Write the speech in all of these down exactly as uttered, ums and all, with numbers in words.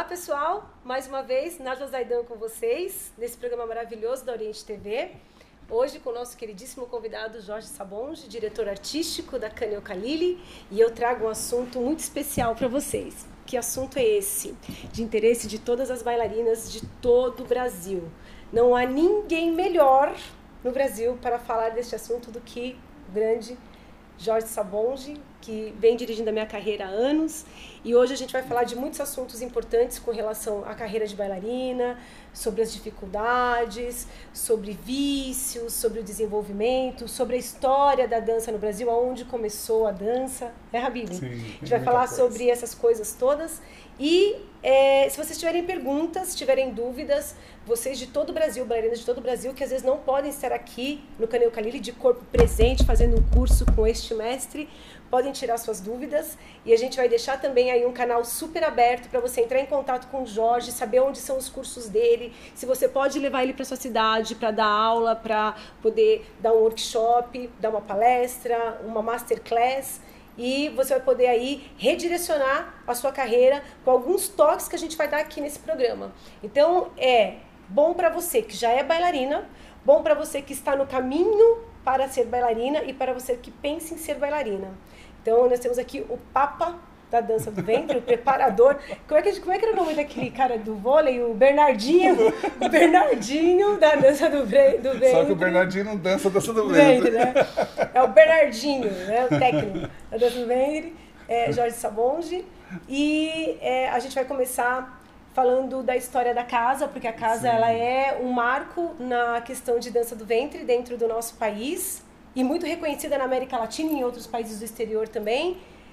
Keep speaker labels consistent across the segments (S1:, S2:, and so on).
S1: pessoal, mais uma vez, Nájila Zaidan com vocês, nesse programa maravilhoso da Oriente T V. Hoje com o nosso queridíssimo convidado Jorge Sabonge, diretor artístico da Khan El-Khalili, e eu trago um assunto muito especial para vocês. Que assunto é esse? De interesse de todas as bailarinas de todo o Brasil. Não há ninguém melhor no Brasil para falar deste assunto do que o grande Jorge Sabonge, que vem dirigindo a minha carreira há anos, e hoje a gente vai falar de muitos assuntos importantes com relação à carreira de bailarina, sobre as dificuldades, sobre vícios, sobre o desenvolvimento, sobre a história da dança no Brasil, aonde começou a dança, né, Habib?
S2: Sim,
S1: a gente vai falar
S2: coisa.
S1: sobre essas coisas todas. E é, se vocês tiverem perguntas, tiverem dúvidas, vocês de todo o Brasil, bailarinas de todo o Brasil, que às vezes não podem estar aqui no Khan El-Khalili de corpo presente, fazendo um curso com este mestre, podem tirar suas dúvidas, e a gente vai deixar também aí um canal super aberto para você entrar em contato com o Jorge, saber onde são os cursos dele, se você pode levar ele para sua cidade para dar aula, para poder dar um workshop, dar uma palestra, uma masterclass, e você vai poder aí redirecionar a sua carreira com alguns toques que a gente vai dar aqui nesse programa. Então é bom para você que já é bailarina, bom para você que está no caminho para ser bailarina e para você que pensa em ser bailarina. Então nós temos aqui o Papa da dança do ventre, o preparador. Como é, que, como é que era o nome daquele cara do vôlei? O Bernardinho. O Bernardinho da dança do, bre, do ventre.
S2: Só que o Bernardinho não dança a dança do ventre.
S1: ventre né? É o Bernardinho, né? O técnico da dança do ventre, é Jorge Sabonge. E é, a gente vai começar falando da história da casa, porque a casa ela é um marco na questão de dança do ventre dentro do nosso país e muito reconhecida na América Latina e em outros países do exterior também.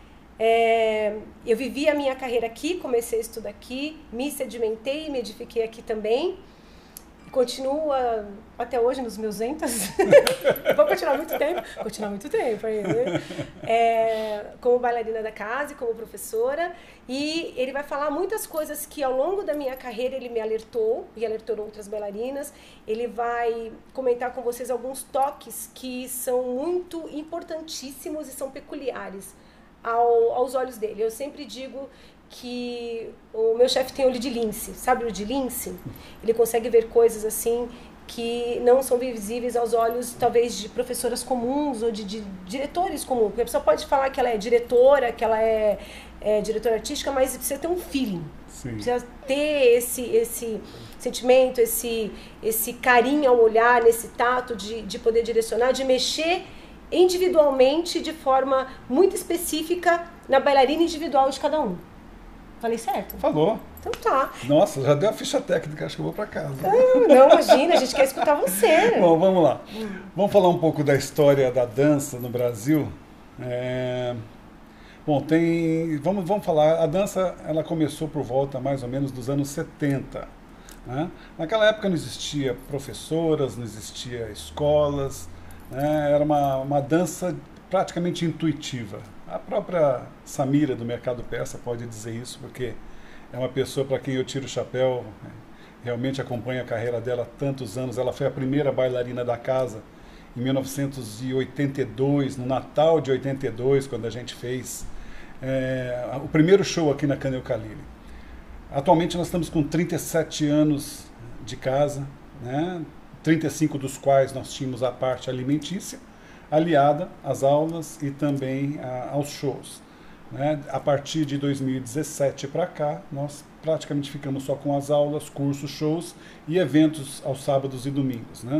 S1: É, eu vivi a minha carreira aqui, comecei a estudar aqui, me sedimentei, me edifiquei aqui também. Continuo até hoje nos meus entas. Vou continuar muito tempo. Continuar muito tempo aí, né? É, como bailarina da casa e como professora. E ele vai falar muitas coisas que ao longo da minha carreira ele me alertou e alertou outras bailarinas. Ele vai comentar com vocês alguns toques que são muito importantíssimos e são peculiares ao, aos olhos dele. Eu sempre digo que o meu chefe tem olho de lince, sabe o olho de lince? Ele consegue ver coisas assim que não são visíveis aos olhos talvez de professoras comuns ou de, de diretores comuns, porque a pessoa pode falar que ela é diretora, que ela é, é diretora artística, mas precisa ter um feeling. Sim. Precisa ter esse, esse sentimento, esse, esse carinho ao olhar, nesse tato de, de poder direcionar, de mexer individualmente de forma muito específica na bailarina individual de cada um. Falei certo?
S2: Falou.
S1: Então tá.
S2: Nossa, já deu a ficha técnica, acho que eu vou para casa.
S1: Não, não, imagina, a gente quer escutar você.
S2: Bom, vamos lá. Hum. Vamos falar um pouco da história da dança no Brasil. É... Bom, tem... Vamos, vamos falar, a dança ela começou por volta mais ou menos dos anos setenta. Né? Naquela época não existia professoras, não existia escolas, né? Era uma, uma dança praticamente intuitiva. A própria Samira do Mercado Persa pode dizer isso, porque é uma pessoa para quem eu tiro o chapéu, realmente acompanho a carreira dela há tantos anos. Ela foi a primeira bailarina da casa em mil novecentos e oitenta e dois, no Natal de oitenta e dois, quando a gente fez é, o primeiro show aqui na Khan El-Khalili. Atualmente nós estamos com trinta e sete anos de casa, né? trinta e cinco dos quais nós tínhamos a parte alimentícia, aliada às aulas e também a, aos shows. Né? A partir de dois mil e dezessete para cá, nós praticamente ficamos só com as aulas, cursos, shows e eventos aos sábados e domingos. Né?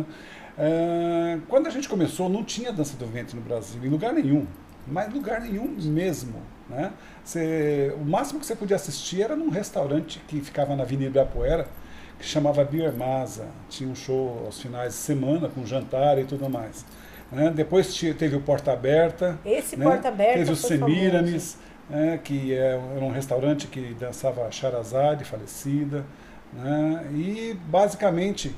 S2: É, quando a gente começou, não tinha dança do ventre no Brasil, em lugar nenhum, mas lugar nenhum mesmo. Né? Você, o máximo que você podia assistir era num restaurante que ficava na Avenida Ibirapuera, que chamava Birmasa. Tinha um show aos finais de semana, com jantar e tudo mais. Né? Depois teve o Porta Aberta.
S1: Esse
S2: né?
S1: Porta Aberta
S2: teve o
S1: foi
S2: Semiramis, né? Que é, era um restaurante que dançava Charazade, falecida. Né? E, basicamente,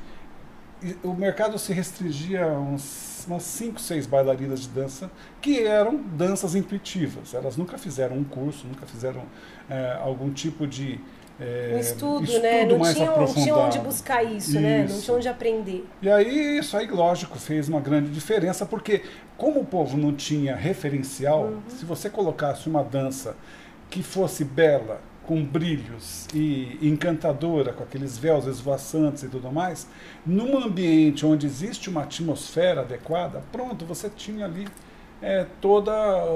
S2: o mercado se restringia a uns, umas cinco, seis bailarinas de dança, que eram danças intuitivas. Elas nunca fizeram um curso, nunca fizeram é, algum tipo de... É,
S1: um estudo,
S2: estudo
S1: né? Não
S2: mais
S1: tinha,
S2: aprofundado.
S1: Não tinha onde buscar isso, isso, né? Não tinha onde aprender.
S2: E aí, isso aí, lógico, fez uma grande diferença, porque como o povo não tinha referencial, uhum. se você colocasse uma dança que fosse bela, com brilhos e encantadora, com aqueles véus esvoaçantes e tudo mais, num ambiente onde existe uma atmosfera adequada, pronto, você tinha ali é, todo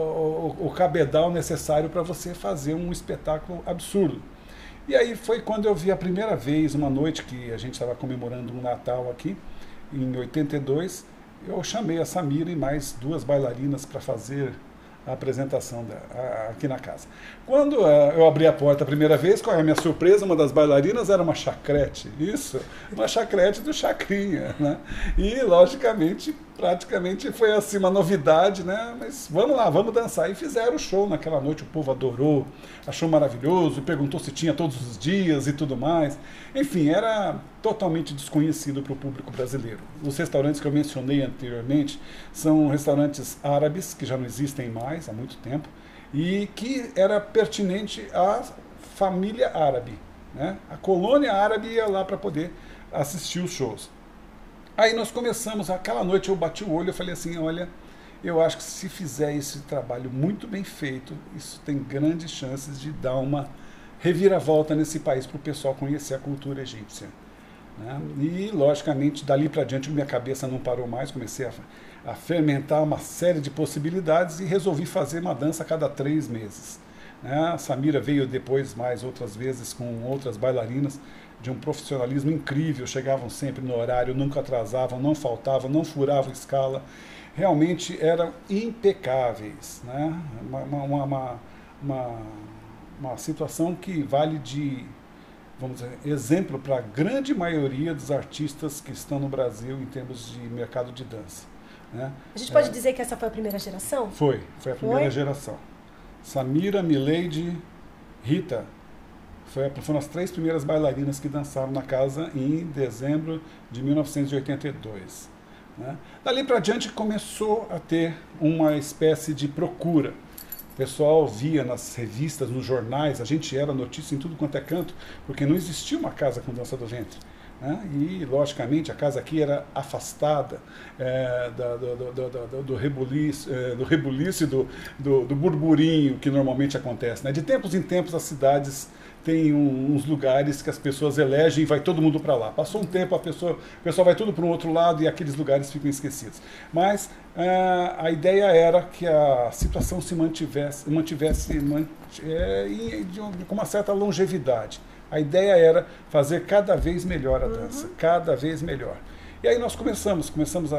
S2: o, o cabedal necessário para você fazer um espetáculo absurdo. E aí foi quando eu vi a primeira vez, uma noite que a gente estava comemorando um Natal aqui, em oitenta e dois, eu chamei a Samira e mais duas bailarinas para fazer a apresentação da, a, aqui na casa. Quando uh, eu abri a porta a primeira vez, qual é a minha surpresa? Uma das bailarinas era uma chacrete, isso, uma chacrete do Chacrinha, né? E, logicamente, praticamente foi assim uma novidade, né? Mas vamos lá, vamos dançar. E fizeram o show naquela noite, o povo adorou, achou maravilhoso, perguntou se tinha todos os dias e tudo mais. Enfim, era totalmente desconhecido para o público brasileiro. Os restaurantes que eu mencionei anteriormente são restaurantes árabes, que já não existem mais há muito tempo, e que era pertinente à família árabe, né? A colônia árabe ia lá para poder assistir os shows. Aí nós começamos, aquela noite eu bati o olho e falei assim, olha, eu acho que se fizer esse trabalho muito bem feito, isso tem grandes chances de dar uma reviravolta nesse país para o pessoal conhecer a cultura egípcia. Né? E, logicamente, dali para diante minha cabeça não parou mais, comecei a, a fermentar uma série de possibilidades e resolvi fazer uma dança a cada três meses. Né? A Samira veio depois mais outras vezes com outras bailarinas de um profissionalismo incrível, chegavam sempre no horário, nunca atrasavam, não faltavam, não furavam escala, realmente eram impecáveis. Né? Uma, uma, uma, uma, uma situação que vale de, vamos dizer, exemplo para a grande maioria dos artistas que estão no Brasil em termos de mercado de dança. Né?
S1: A gente pode
S2: é,
S1: dizer que essa foi a primeira geração?
S2: Foi, foi a primeira
S1: foi?
S2: geração. Samira, Mileide, Rita, foi, foram as três primeiras bailarinas que dançaram na casa em dezembro de mil novecentos e oitenta e dois. Né? Dali para diante começou a ter uma espécie de procura. O pessoal via nas revistas, nos jornais, a gente era notícia em tudo quanto é canto, porque não existia uma casa com dança do ventre. Né? E, logicamente, a casa aqui era afastada é, da, do, do, do, do rebuliço, é, do, rebuliço do, do, do burburinho que normalmente acontece. Né? De tempos em tempos, as cidades têm um, uns lugares que as pessoas elegem e vai todo mundo para lá. Passou um tempo, a pessoa, o pessoal vai tudo para um outro lado e aqueles lugares ficam esquecidos. Mas é, a ideia era que a situação se mantivesse, mantivesse mant, é, de, de com uma certa longevidade. A ideia era fazer cada vez melhor a dança, uhum. cada vez melhor. E aí nós começamos, começamos a,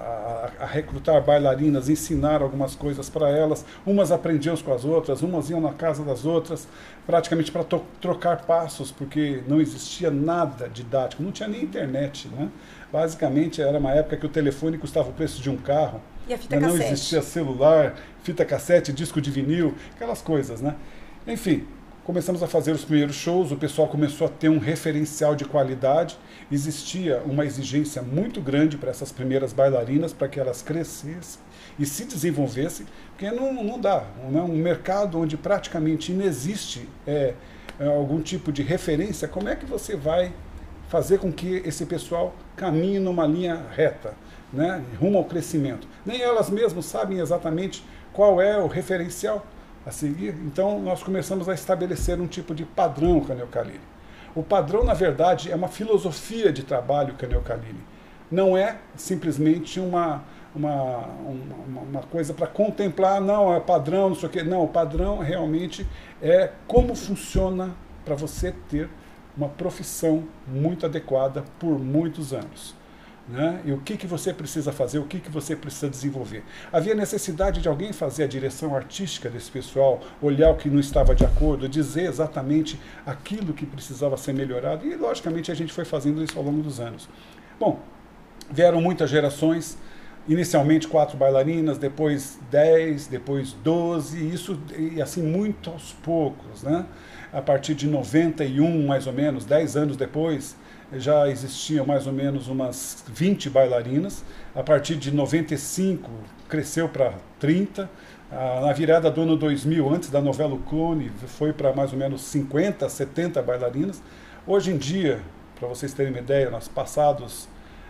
S2: a, a recrutar bailarinas, ensinar algumas coisas para elas. Umas aprendiam com as outras, umas iam na casa das outras, praticamente para trocar passos, porque não existia nada didático, não tinha nem internet. Né? Basicamente era uma época que o telefone custava o preço de um carro.
S1: E a fita
S2: não
S1: cassete.
S2: existia celular, fita cassete, disco de vinil, aquelas coisas. Né? Enfim. Começamos a fazer os primeiros shows, o pessoal começou a ter um referencial de qualidade, existia uma exigência muito grande para essas primeiras bailarinas, para que elas crescessem e se desenvolvessem, porque não, não dá. Né? Um mercado onde praticamente inexiste é, é, algum tipo de referência, como é que você vai fazer com que esse pessoal caminhe numa linha reta, né? Rumo ao crescimento? Nem elas mesmas sabem exatamente qual é o referencial a seguir. Então nós começamos a estabelecer um tipo de padrão Caneo Khalili. O padrão, na verdade, é uma filosofia de trabalho Caneo Khalili. Não é simplesmente uma, uma, uma, uma coisa para contemplar, não, é padrão, não sei o quê. Não, o padrão realmente é como funciona para você ter uma profissão muito adequada por muitos anos. Né? E o que, que você precisa fazer, o que, que você precisa desenvolver. Havia necessidade de alguém fazer a direção artística desse pessoal, olhar o que não estava de acordo, dizer exatamente aquilo que precisava ser melhorado, e logicamente a gente foi fazendo isso ao longo dos anos. Bom, vieram muitas gerações, inicialmente quatro bailarinas, depois dez, depois doze, e isso e assim muito aos poucos. Né? A partir de noventa e um, mais ou menos, dez anos depois, já existiam mais ou menos umas vinte bailarinas. A partir de noventa e cinco cresceu para trinta. Na virada do ano dois mil, antes da novela O Clone, foi para mais ou menos cinquenta, setenta bailarinas. Hoje em dia, para vocês terem uma ideia, nos passados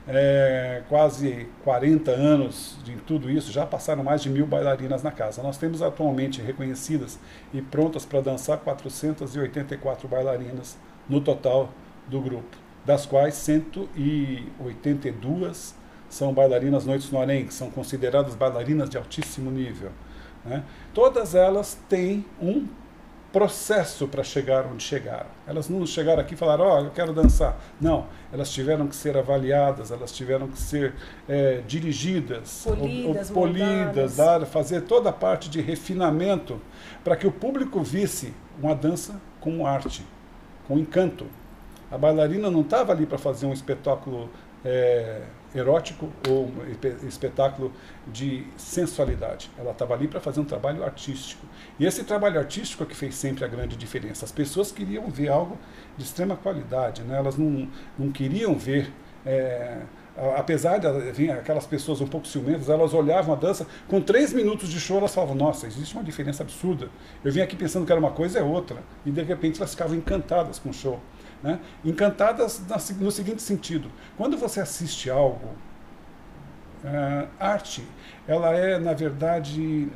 S2: é, quase quarenta anos de tudo isso, já passaram mais de mil bailarinas na casa. Nós temos atualmente reconhecidas e prontas para dançar quatrocentas e oitenta e quatro bailarinas no total do grupo, das quais cento e oitenta e duas são bailarinas noites no harém, que são consideradas bailarinas de altíssimo nível, né? Todas elas têm um processo para chegar onde chegaram. Elas não chegaram aqui e falaram, ó, oh, eu quero dançar. Não, elas tiveram que ser avaliadas, elas tiveram que ser é, dirigidas,
S1: polidas,
S2: ou, ou, polidas dar, fazer toda a parte de refinamento para que o público visse uma dança com arte, com encanto. A bailarina não estava ali para fazer um espetáculo é, erótico ou um espetáculo de sensualidade. Ela estava ali para fazer um trabalho artístico. E esse trabalho artístico é que fez sempre a grande diferença. As pessoas queriam ver algo de extrema qualidade, né? Elas não, não queriam ver... É, apesar de vir aquelas pessoas um pouco ciumentas, elas olhavam a dança, com três minutos de show elas falavam, nossa, existe uma diferença absurda. Eu vim aqui pensando que era uma coisa, é outra. E de repente elas ficavam encantadas com o show. Né? Encantadas no seguinte sentido, quando você assiste algo, a arte, ela é, na verdade,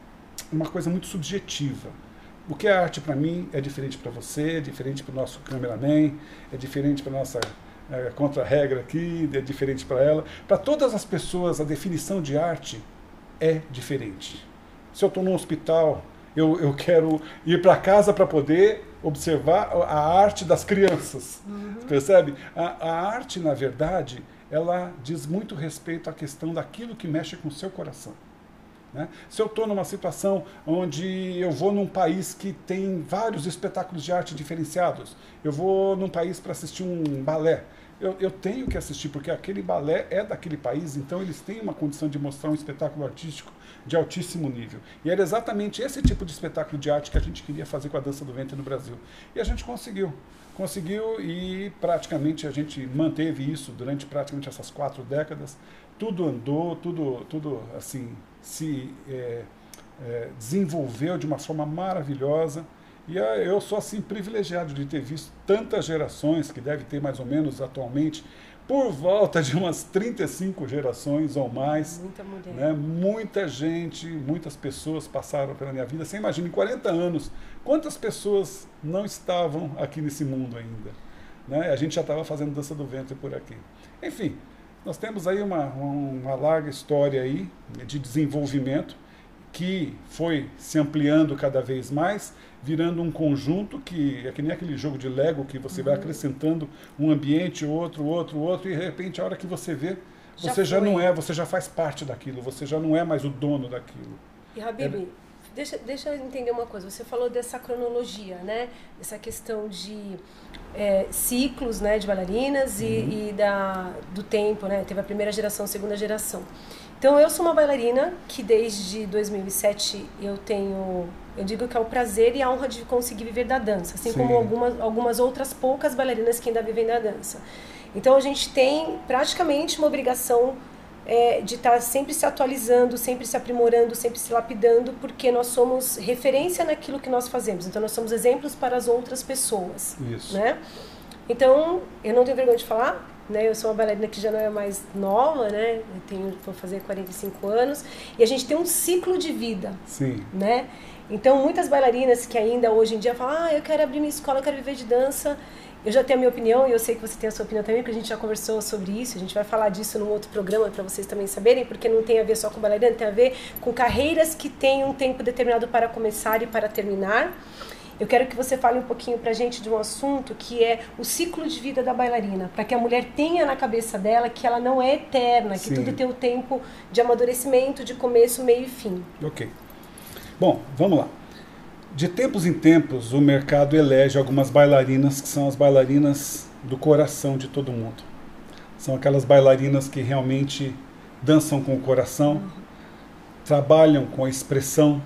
S2: uma coisa muito subjetiva. O que é arte para mim é diferente para você, é diferente para o nosso cameraman, é diferente para a nossa é, contra-regra aqui, é diferente para ela. Para todas as pessoas, a definição de arte é diferente. Se eu estou num hospital, eu, eu quero ir para casa para poder observar a arte das crianças. Uhum. Percebe? A, a arte, na verdade, ela diz muito respeito à questão daquilo que mexe com o seu coração. Né? Se eu estou numa situação onde eu vou num país que tem vários espetáculos de arte diferenciados, eu vou num país para assistir um balé, eu, eu tenho que assistir, porque aquele balé é daquele país, então eles têm uma condição de mostrar um espetáculo artístico de altíssimo nível. E era exatamente esse tipo de espetáculo de arte que a gente queria fazer com a dança do ventre no Brasil. E a gente conseguiu. Conseguiu e praticamente a gente manteve isso durante praticamente essas quatro décadas. Tudo andou, tudo, tudo assim, se é, é, desenvolveu de uma forma maravilhosa. E eu sou assim privilegiado de ter visto tantas gerações, que deve ter mais ou menos atualmente, por volta de umas trinta e cinco gerações ou mais.
S1: Muita mulher.
S2: Né? Muita gente, muitas pessoas passaram pela minha vida. Você imagina, em quarenta anos, quantas pessoas não estavam aqui nesse mundo ainda? Né? A gente já estava fazendo dança do ventre por aqui. Enfim, nós temos aí uma, uma larga história aí de desenvolvimento que foi se ampliando cada vez mais, virando um conjunto que é que nem aquele jogo de Lego que você uhum. vai acrescentando um ambiente, outro, outro, outro, e de repente a hora que você vê, já você foi. já não é, você já faz parte daquilo, você já não é mais o dono daquilo.
S1: E Habib, é... deixa, deixa eu entender uma coisa, você falou dessa cronologia, né? Dessa questão de é, ciclos, né, de bailarinas uhum. e, e da, do tempo, né? Teve a primeira geração, a segunda geração. Então, eu sou uma bailarina que desde dois mil e sete eu tenho, eu digo que é o prazer e a honra de conseguir viver da dança, assim Sim. como algumas, algumas outras poucas bailarinas que ainda vivem da dança. Então, a gente tem praticamente uma obrigação é, de estar sempre se atualizando, sempre se aprimorando, sempre se lapidando, porque nós somos referência naquilo que nós fazemos. Então, nós somos exemplos para as outras pessoas.
S2: Isso.
S1: Né? Então, eu não tenho vergonha de falar, né? Eu sou uma bailarina que já não é mais nova, né? Eu tenho, vou fazer quarenta e cinco anos, e a gente tem um ciclo de vida.
S2: Sim.
S1: Né? Então, muitas bailarinas que ainda hoje em dia falam, ah, eu quero abrir minha escola, eu quero viver de dança. Eu já tenho a minha opinião, e eu sei que você tem a sua opinião também, porque a gente já conversou sobre isso, a gente vai falar disso num outro programa para vocês também saberem, porque não tem a ver só com bailarina, tem a ver com carreiras que têm um tempo determinado para começar e para terminar. Eu quero que você fale um pouquinho pra gente de um assunto que é o ciclo de vida da bailarina, para que a mulher tenha na cabeça dela que ela não é eterna, que Sim. tudo tem o tempo de amadurecimento, de começo, meio e fim.
S2: Ok. Bom, vamos lá. De tempos em tempos, o mercado elege algumas bailarinas que são as bailarinas do coração de todo mundo. São aquelas bailarinas que realmente dançam com o coração, uhum. trabalham com a expressão,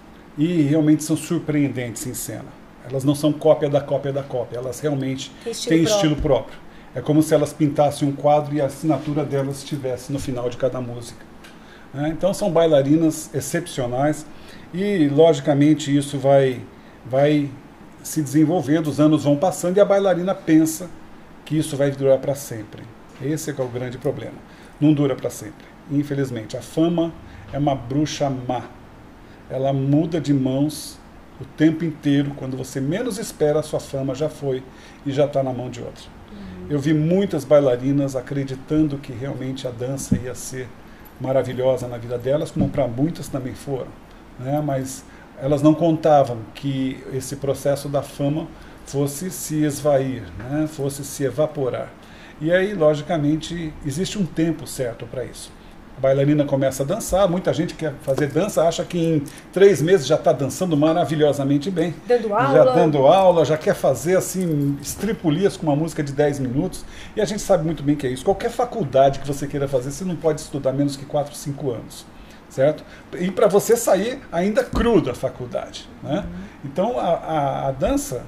S2: e realmente são surpreendentes em cena. Elas não são cópia da cópia da cópia, elas realmente
S1: Tem estilo
S2: têm
S1: próprio.
S2: estilo próprio. É como se elas pintassem um quadro e a assinatura delas estivesse no final de cada música. É, então são bailarinas excepcionais e, logicamente, isso vai, vai se desenvolvendo, os anos vão passando e a bailarina pensa que isso vai durar para sempre. Esse é que é o grande problema. Não dura para sempre, infelizmente. A fama é uma bruxa má. Ela muda de mãos o tempo inteiro. Quando você menos espera, a sua fama já foi e já está na mão de outra. Uhum. Eu vi muitas bailarinas acreditando que realmente a dança ia ser maravilhosa na vida delas, como para muitas também foram, né? Mas elas não contavam que esse processo da fama fosse se esvair, né? Fosse se evaporar. E aí, logicamente, existe um tempo certo para isso. A bailarina começa a dançar, muita gente quer fazer dança, acha que em três meses já está dançando maravilhosamente bem.
S1: Dando aula.
S2: Já dando aula, já quer fazer assim, estripulias com uma música de dez minutos. E a gente sabe muito bem que é isso. Qualquer faculdade que você queira fazer, você não pode estudar menos que quatro, cinco anos. Certo? E para você sair ainda cru da faculdade. Né? Uhum. Então, a, a, a dança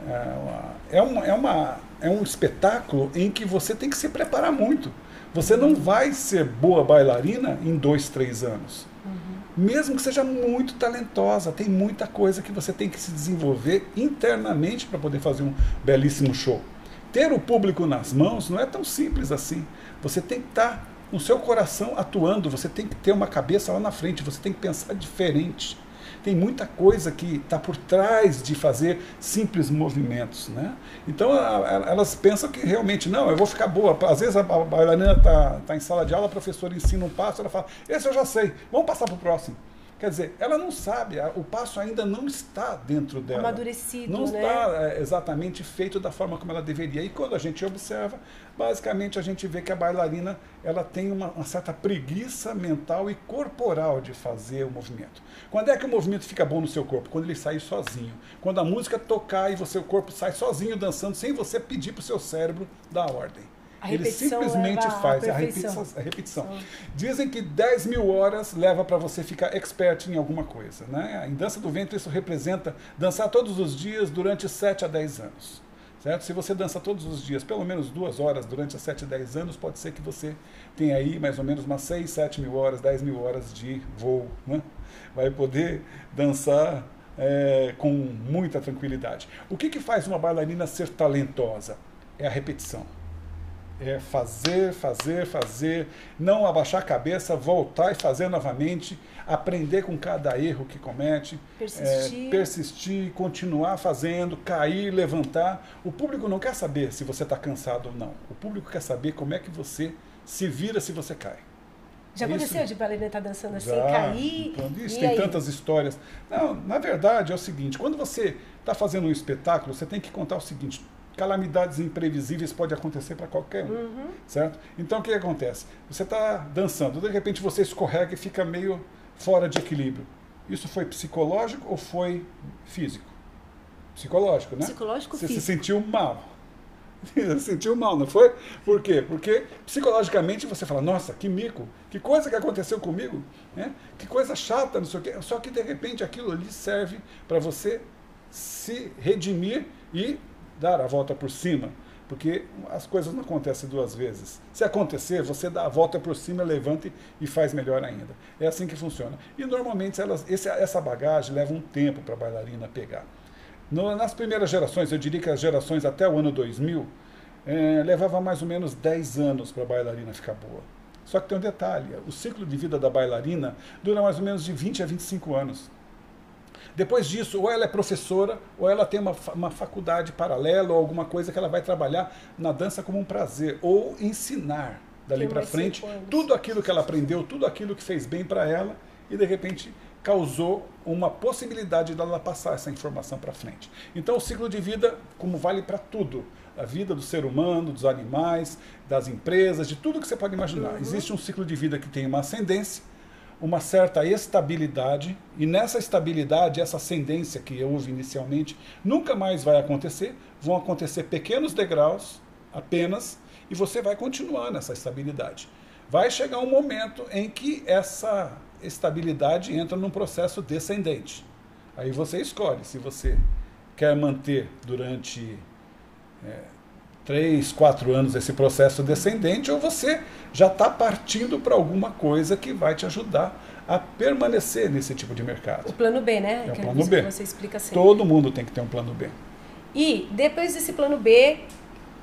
S2: é, uma, é, uma, é um espetáculo em que você tem que se preparar muito. Você não vai ser boa bailarina em dois, três anos. Uhum. Mesmo que seja muito talentosa, tem muita coisa que você tem que se desenvolver internamente para poder fazer um belíssimo show. Ter o público nas mãos não é tão simples assim. Você tem que estar com o seu coração atuando, você tem que ter uma cabeça lá na frente, você tem que pensar diferente. Tem muita coisa que está por trás de fazer simples movimentos, né? Então a, a, elas pensam que realmente, não, eu vou ficar boa. Às vezes a, a bailarina está tá em sala de aula, a professora ensina um passo, ela fala, esse eu já sei, vamos passar para o próximo. Quer dizer, ela não sabe, a, o passo ainda não está dentro dela.
S1: Amadurecido,
S2: não
S1: né?
S2: está é, exatamente feito da forma como ela deveria. E quando a gente observa, basicamente a gente vê que a bailarina ela tem uma, uma certa preguiça mental e corporal de fazer o movimento. Quando é que o movimento fica bom no seu corpo? Quando ele sai sozinho. Quando a música tocar e o seu corpo sai sozinho dançando, sem você pedir para o seu cérebro dar ordem.
S1: A
S2: Ele simplesmente faz a repetição, a repetição. Dizem que dez mil horas leva para você ficar expert em alguma coisa. Né? Em dança do ventre isso representa dançar todos os dias durante sete a dez anos. Certo? Se você dança todos os dias, pelo menos duas horas durante as sete a dez anos, pode ser que você tenha aí mais ou menos umas seis, sete mil horas, dez mil horas de voo. Né? Vai poder dançar é, com muita tranquilidade. O que, que faz uma bailarina ser talentosa? É a repetição. É fazer, fazer, fazer, não abaixar a cabeça, voltar e fazer novamente, aprender com cada erro que comete,
S1: persistir,
S2: é, persistir, continuar fazendo, cair, levantar. O público não quer saber se você está cansado ou não. O público quer saber como é que você se vira se você cai.
S1: Já é aconteceu isso? De bailarina estar tá dançando assim,
S2: Já,
S1: cair?
S2: Então, isso,
S1: e
S2: tem
S1: aí?
S2: tantas histórias. Não, na verdade é o seguinte, quando você está fazendo um espetáculo, você tem que contar o seguinte, calamidades imprevisíveis podem acontecer para qualquer um, uhum. certo? Então o que, que acontece? Você está dançando, de repente você escorrega e fica meio fora de equilíbrio. Isso foi psicológico ou foi físico? Psicológico, né?
S1: Psicológico,
S2: você
S1: físico.
S2: se sentiu mal. Você se sentiu mal, não foi? Por quê? Porque psicologicamente você fala, nossa, que mico, que coisa que aconteceu comigo, né? Que coisa chata, não sei o quê. Só que de repente aquilo ali serve para você se redimir e dar a volta por cima, porque as coisas não acontecem duas vezes. Se acontecer, você dá a volta por cima, levanta e faz melhor ainda. É assim que funciona. E normalmente elas, esse, essa bagagem leva um tempo para a bailarina pegar. No, nas primeiras gerações, eu diria que as gerações até o ano dois mil, é, levava mais ou menos dez anos para a bailarina ficar boa. Só que tem um detalhe, o ciclo de vida da bailarina dura mais ou menos de vinte a vinte e cinco anos. Depois disso, ou ela é professora, ou ela tem uma, uma faculdade paralela, ou alguma coisa que ela vai trabalhar na dança como um prazer, ou ensinar dali para frente tudo aquilo que ela aprendeu, tudo aquilo que fez bem para ela, e de repente causou uma possibilidade dela passar essa informação para frente. Então o ciclo de vida, como vale para tudo, a vida do ser humano, dos animais, das empresas, de tudo que você pode imaginar. Uhum. Existe um ciclo de vida que tem uma ascendência, uma certa estabilidade, e nessa estabilidade, essa ascendência que houve inicialmente, nunca mais vai acontecer, vão acontecer pequenos degraus apenas, e você vai continuar nessa estabilidade. Vai chegar um momento em que essa estabilidade entra num processo descendente. Aí você escolhe se você quer manter durante é, três, quatro anos esse processo descendente, ou você já está partindo para alguma coisa que vai te ajudar a permanecer nesse tipo de mercado.
S1: O plano B, né?
S2: É o
S1: que
S2: plano B.
S1: Você explica sempre.
S2: Todo mundo tem que ter um plano B.
S1: E depois desse plano B,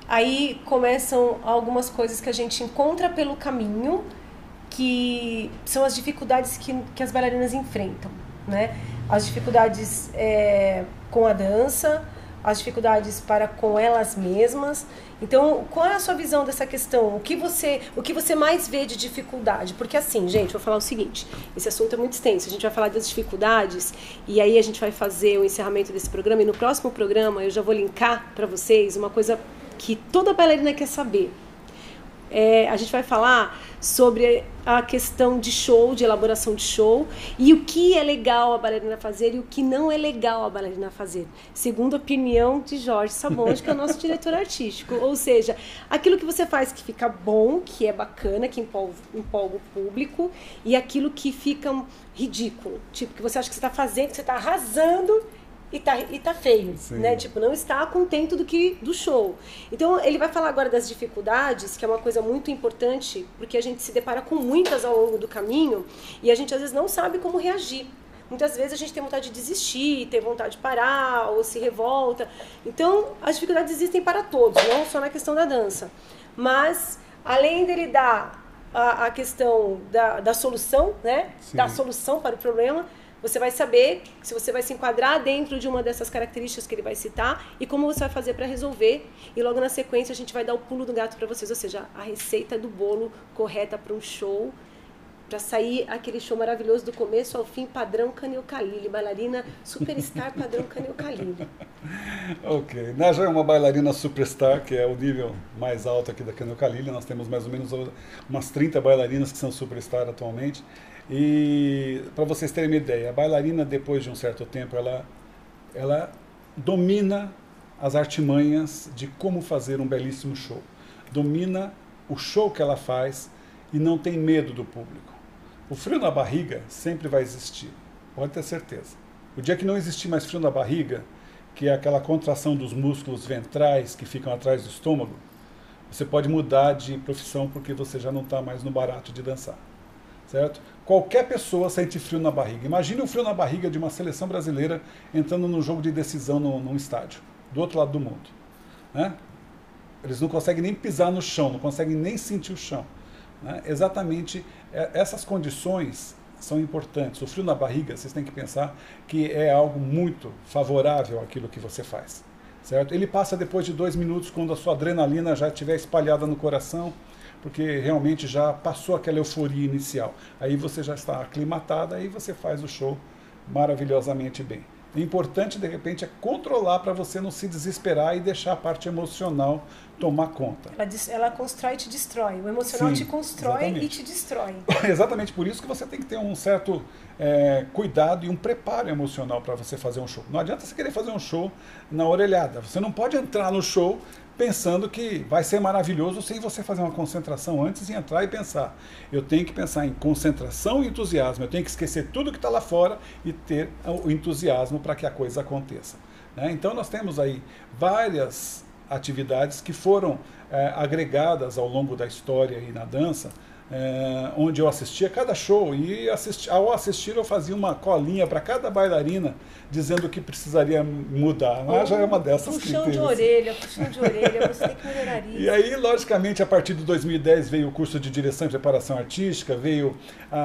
S1: aí começam algumas coisas que a gente encontra pelo caminho, que são as dificuldades que, que as bailarinas enfrentam, né? As dificuldades é, com a dança, as dificuldades para com elas mesmas. Então, qual é a sua visão dessa questão? O que você, o que você mais vê de dificuldade? Porque assim, gente, vou falar o seguinte, esse assunto é muito extenso, a gente vai falar das dificuldades e aí a gente vai fazer o encerramento desse programa e no próximo programa eu já vou linkar para vocês uma coisa que toda bailarina quer saber. É, a gente vai falar sobre a questão de show, de elaboração de show e o que é legal a bailarina fazer e o que não é legal a bailarina fazer, segundo a opinião de Jorge Sabonge, que é o nosso diretor artístico. Ou seja, aquilo que você faz que fica bom, que é bacana, que empolga, empolga o público, e aquilo que fica ridículo, tipo, que você acha que você está fazendo, que você está arrasando e tá, e tá feio, Sim. né? Tipo, não está contente do que do show. Então, ele vai falar agora das dificuldades, que é uma coisa muito importante, porque a gente se depara com muitas ao longo do caminho e a gente às vezes não sabe como reagir. Muitas vezes a gente tem vontade de desistir, tem vontade de parar ou se revolta. Então, as dificuldades existem para todos, não só na questão da dança. Mas, além dele dar a, a questão da, da solução, né? Sim. Da solução para o problema, você vai saber se você vai se enquadrar dentro de uma dessas características que ele vai citar e como você vai fazer para resolver. E logo na sequência a gente vai dar o pulo do gato para vocês, ou seja, a receita do bolo correta para um show, para sair aquele show maravilhoso do começo ao fim, padrão Kanil Khalili, bailarina superstar padrão Kanil Khalili.
S2: Ok, Naja é uma bailarina superstar, que é o nível mais alto aqui da Kanil Khalili. Nós temos mais ou menos umas trinta bailarinas que são superstar atualmente. E para vocês terem uma ideia, a bailarina, depois de um certo tempo, ela, ela domina as artimanhas de como fazer um belíssimo show. Domina o show que ela faz e não tem medo do público. O frio na barriga sempre vai existir, pode ter certeza. O dia que não existir mais frio na barriga, que é aquela contração dos músculos ventrais que ficam atrás do estômago, você pode mudar de profissão porque você já não está mais no barato de dançar. Certo? Qualquer pessoa sente frio na barriga. Imagine o frio na barriga de uma seleção brasileira entrando num jogo de decisão no, num estádio, do outro lado do mundo. Né? Eles não conseguem nem pisar no chão, não conseguem nem sentir o chão. Né? Exatamente essas condições são importantes. O frio na barriga, vocês têm que pensar que é algo muito favorável àquilo que você faz. Certo? Ele passa depois de dois minutos, quando a sua adrenalina já estiver espalhada no coração, porque realmente já passou aquela euforia inicial. Aí você já está aclimatada, aí você faz o show maravilhosamente bem. O importante, de repente, é controlar para você não se desesperar e deixar a parte emocional tomar conta.
S1: Ela, ela constrói e te destrói. O emocional Sim, te constrói exatamente. E te destrói.
S2: Exatamente por isso que você tem que ter um certo é, cuidado e um preparo emocional para você fazer um show. Não adianta você querer fazer um show na orelhada. Você não pode entrar no show pensando que vai ser maravilhoso sem você fazer uma concentração antes de entrar e pensar. Eu tenho que pensar em concentração e entusiasmo, eu tenho que esquecer tudo que está lá fora e ter o entusiasmo para que a coisa aconteça. Né? Então nós temos aí várias atividades que foram é, agregadas ao longo da história e na dança, é, onde eu assistia cada show e assisti, ao assistir eu fazia uma colinha para cada bailarina dizendo o que precisaria mudar. Mas já é uma dessas
S1: puxão de orelha, puxão de orelha, você tem que melhorar isso.
S2: E aí, logicamente, a partir de dois mil e dez veio o curso de direção e preparação artística, veio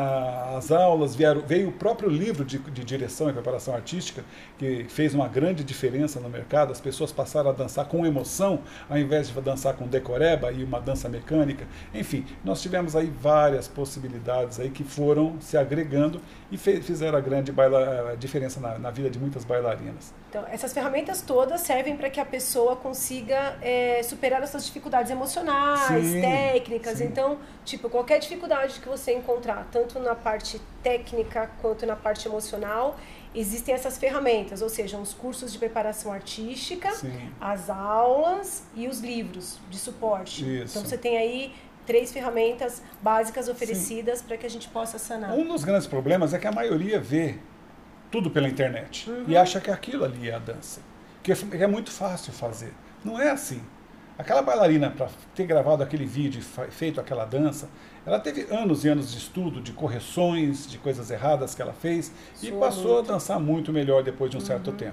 S2: a, as aulas, vieram, veio o próprio livro de, de direção e preparação artística, que fez uma grande diferença no mercado. As pessoas passaram a dançar com emoção, ao invés de dançar com decoreba e uma dança mecânica. Enfim, nós tivemos aí várias possibilidades aí que foram se agregando e fe, fizeram a grande baila, a diferença na, na vida de muitas bailarinas.
S1: Então, essas ferramentas todas servem para que a pessoa consiga é, superar essas dificuldades emocionais, sim, técnicas. Sim. Então, tipo, qualquer dificuldade que você encontrar, tanto na parte técnica quanto na parte emocional, existem essas ferramentas, ou seja, os cursos de preparação artística, sim, as aulas e os livros de suporte. Isso. Então, você tem aí três ferramentas básicas oferecidas para que a gente possa sanar.
S2: Um dos grandes problemas é que a maioria vê tudo pela internet, uhum, e acha que aquilo ali é a dança, que é muito fácil fazer. Não é assim. Aquela bailarina, para ter gravado aquele vídeo e feito aquela dança, ela teve anos e anos de estudo, de correções, de coisas erradas que ela fez, e passou a dançar muito melhor depois de um certo, uhum, tempo.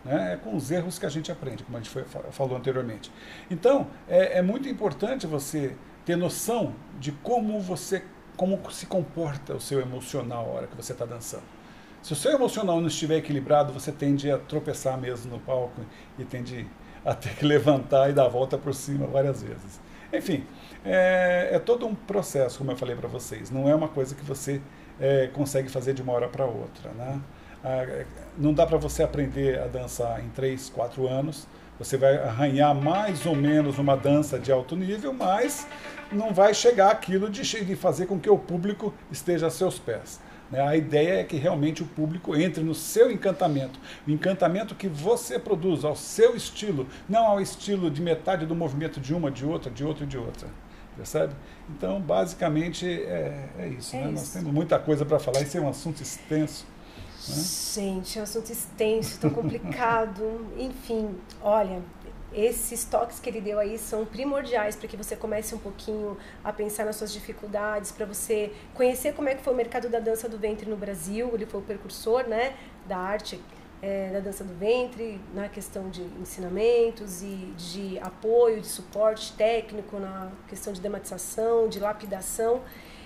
S2: né? É com os erros que a gente aprende, como a gente foi, falou anteriormente. Então, é, é muito importante você ter noção de como você, como se comporta o seu emocional na hora que você está dançando. Se o seu emocional não estiver equilibrado, você tende a tropeçar mesmo no palco e tende a ter que levantar e dar a volta por cima várias vezes. Enfim, é, é todo um processo, como eu falei para vocês. Não é uma coisa que você é, consegue fazer de uma hora para outra, né? Ah, não dá para você aprender a dançar em três, quatro anos. Você vai arranhar mais ou menos uma dança de alto nível, mas não vai chegar àquilo de, de fazer com que o público esteja a seus pés. A ideia é que realmente o público entre no seu encantamento, o encantamento que você produz, ao seu estilo, não ao estilo de metade do movimento de uma, de outra, de outra e de outra. Percebe? Então, basicamente, é, é isso.
S1: É
S2: né?
S1: isso.
S2: Nós temos muita coisa para falar, isso é um assunto extenso. Né?
S1: Gente, é um assunto extenso, tão complicado. Enfim, olha... Esses toques que ele deu aí são primordiais para que você comece um pouquinho a pensar nas suas dificuldades, para você conhecer como é que foi o mercado da dança do ventre no Brasil. Ele foi o precursor, né, da arte é, da dança do ventre, na questão de ensinamentos e de apoio, de suporte técnico, na questão de dramatização, de lapidação.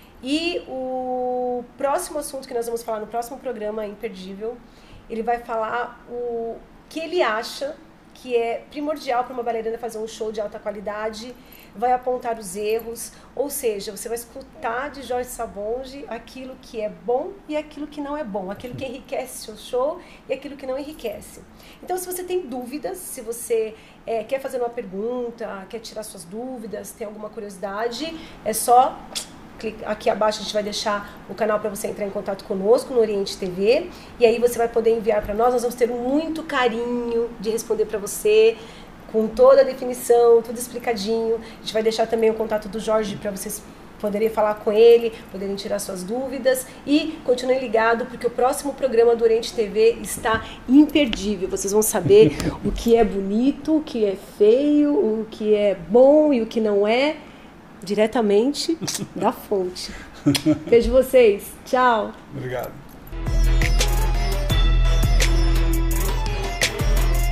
S1: E o próximo assunto que nós vamos falar no próximo programa, imperdível, ele vai falar o que ele acha que é primordial para uma bailarina fazer um show de alta qualidade, vai apontar os erros, ou seja, você vai escutar de Jorge Sabonge aquilo que é bom e aquilo que não é bom, aquilo que enriquece seu show e aquilo que não enriquece. Então, se você tem dúvidas, se você é, quer fazer uma pergunta, quer tirar suas dúvidas, tem alguma curiosidade, é só... Aqui abaixo a gente vai deixar o canal para você entrar em contato conosco no Oriente T V, e aí você vai poder enviar para nós. Nós vamos ter muito carinho de responder para você, com toda a definição, tudo explicadinho. A gente vai deixar também o contato do Jorge para vocês poderem falar com ele, poderem tirar suas dúvidas, e continuem ligados, porque o próximo programa do Oriente T V está imperdível. Vocês vão saber o que é bonito, o que é feio, o que é bom e o que não é, diretamente da fonte. Beijo vocês. Tchau.
S2: Obrigado.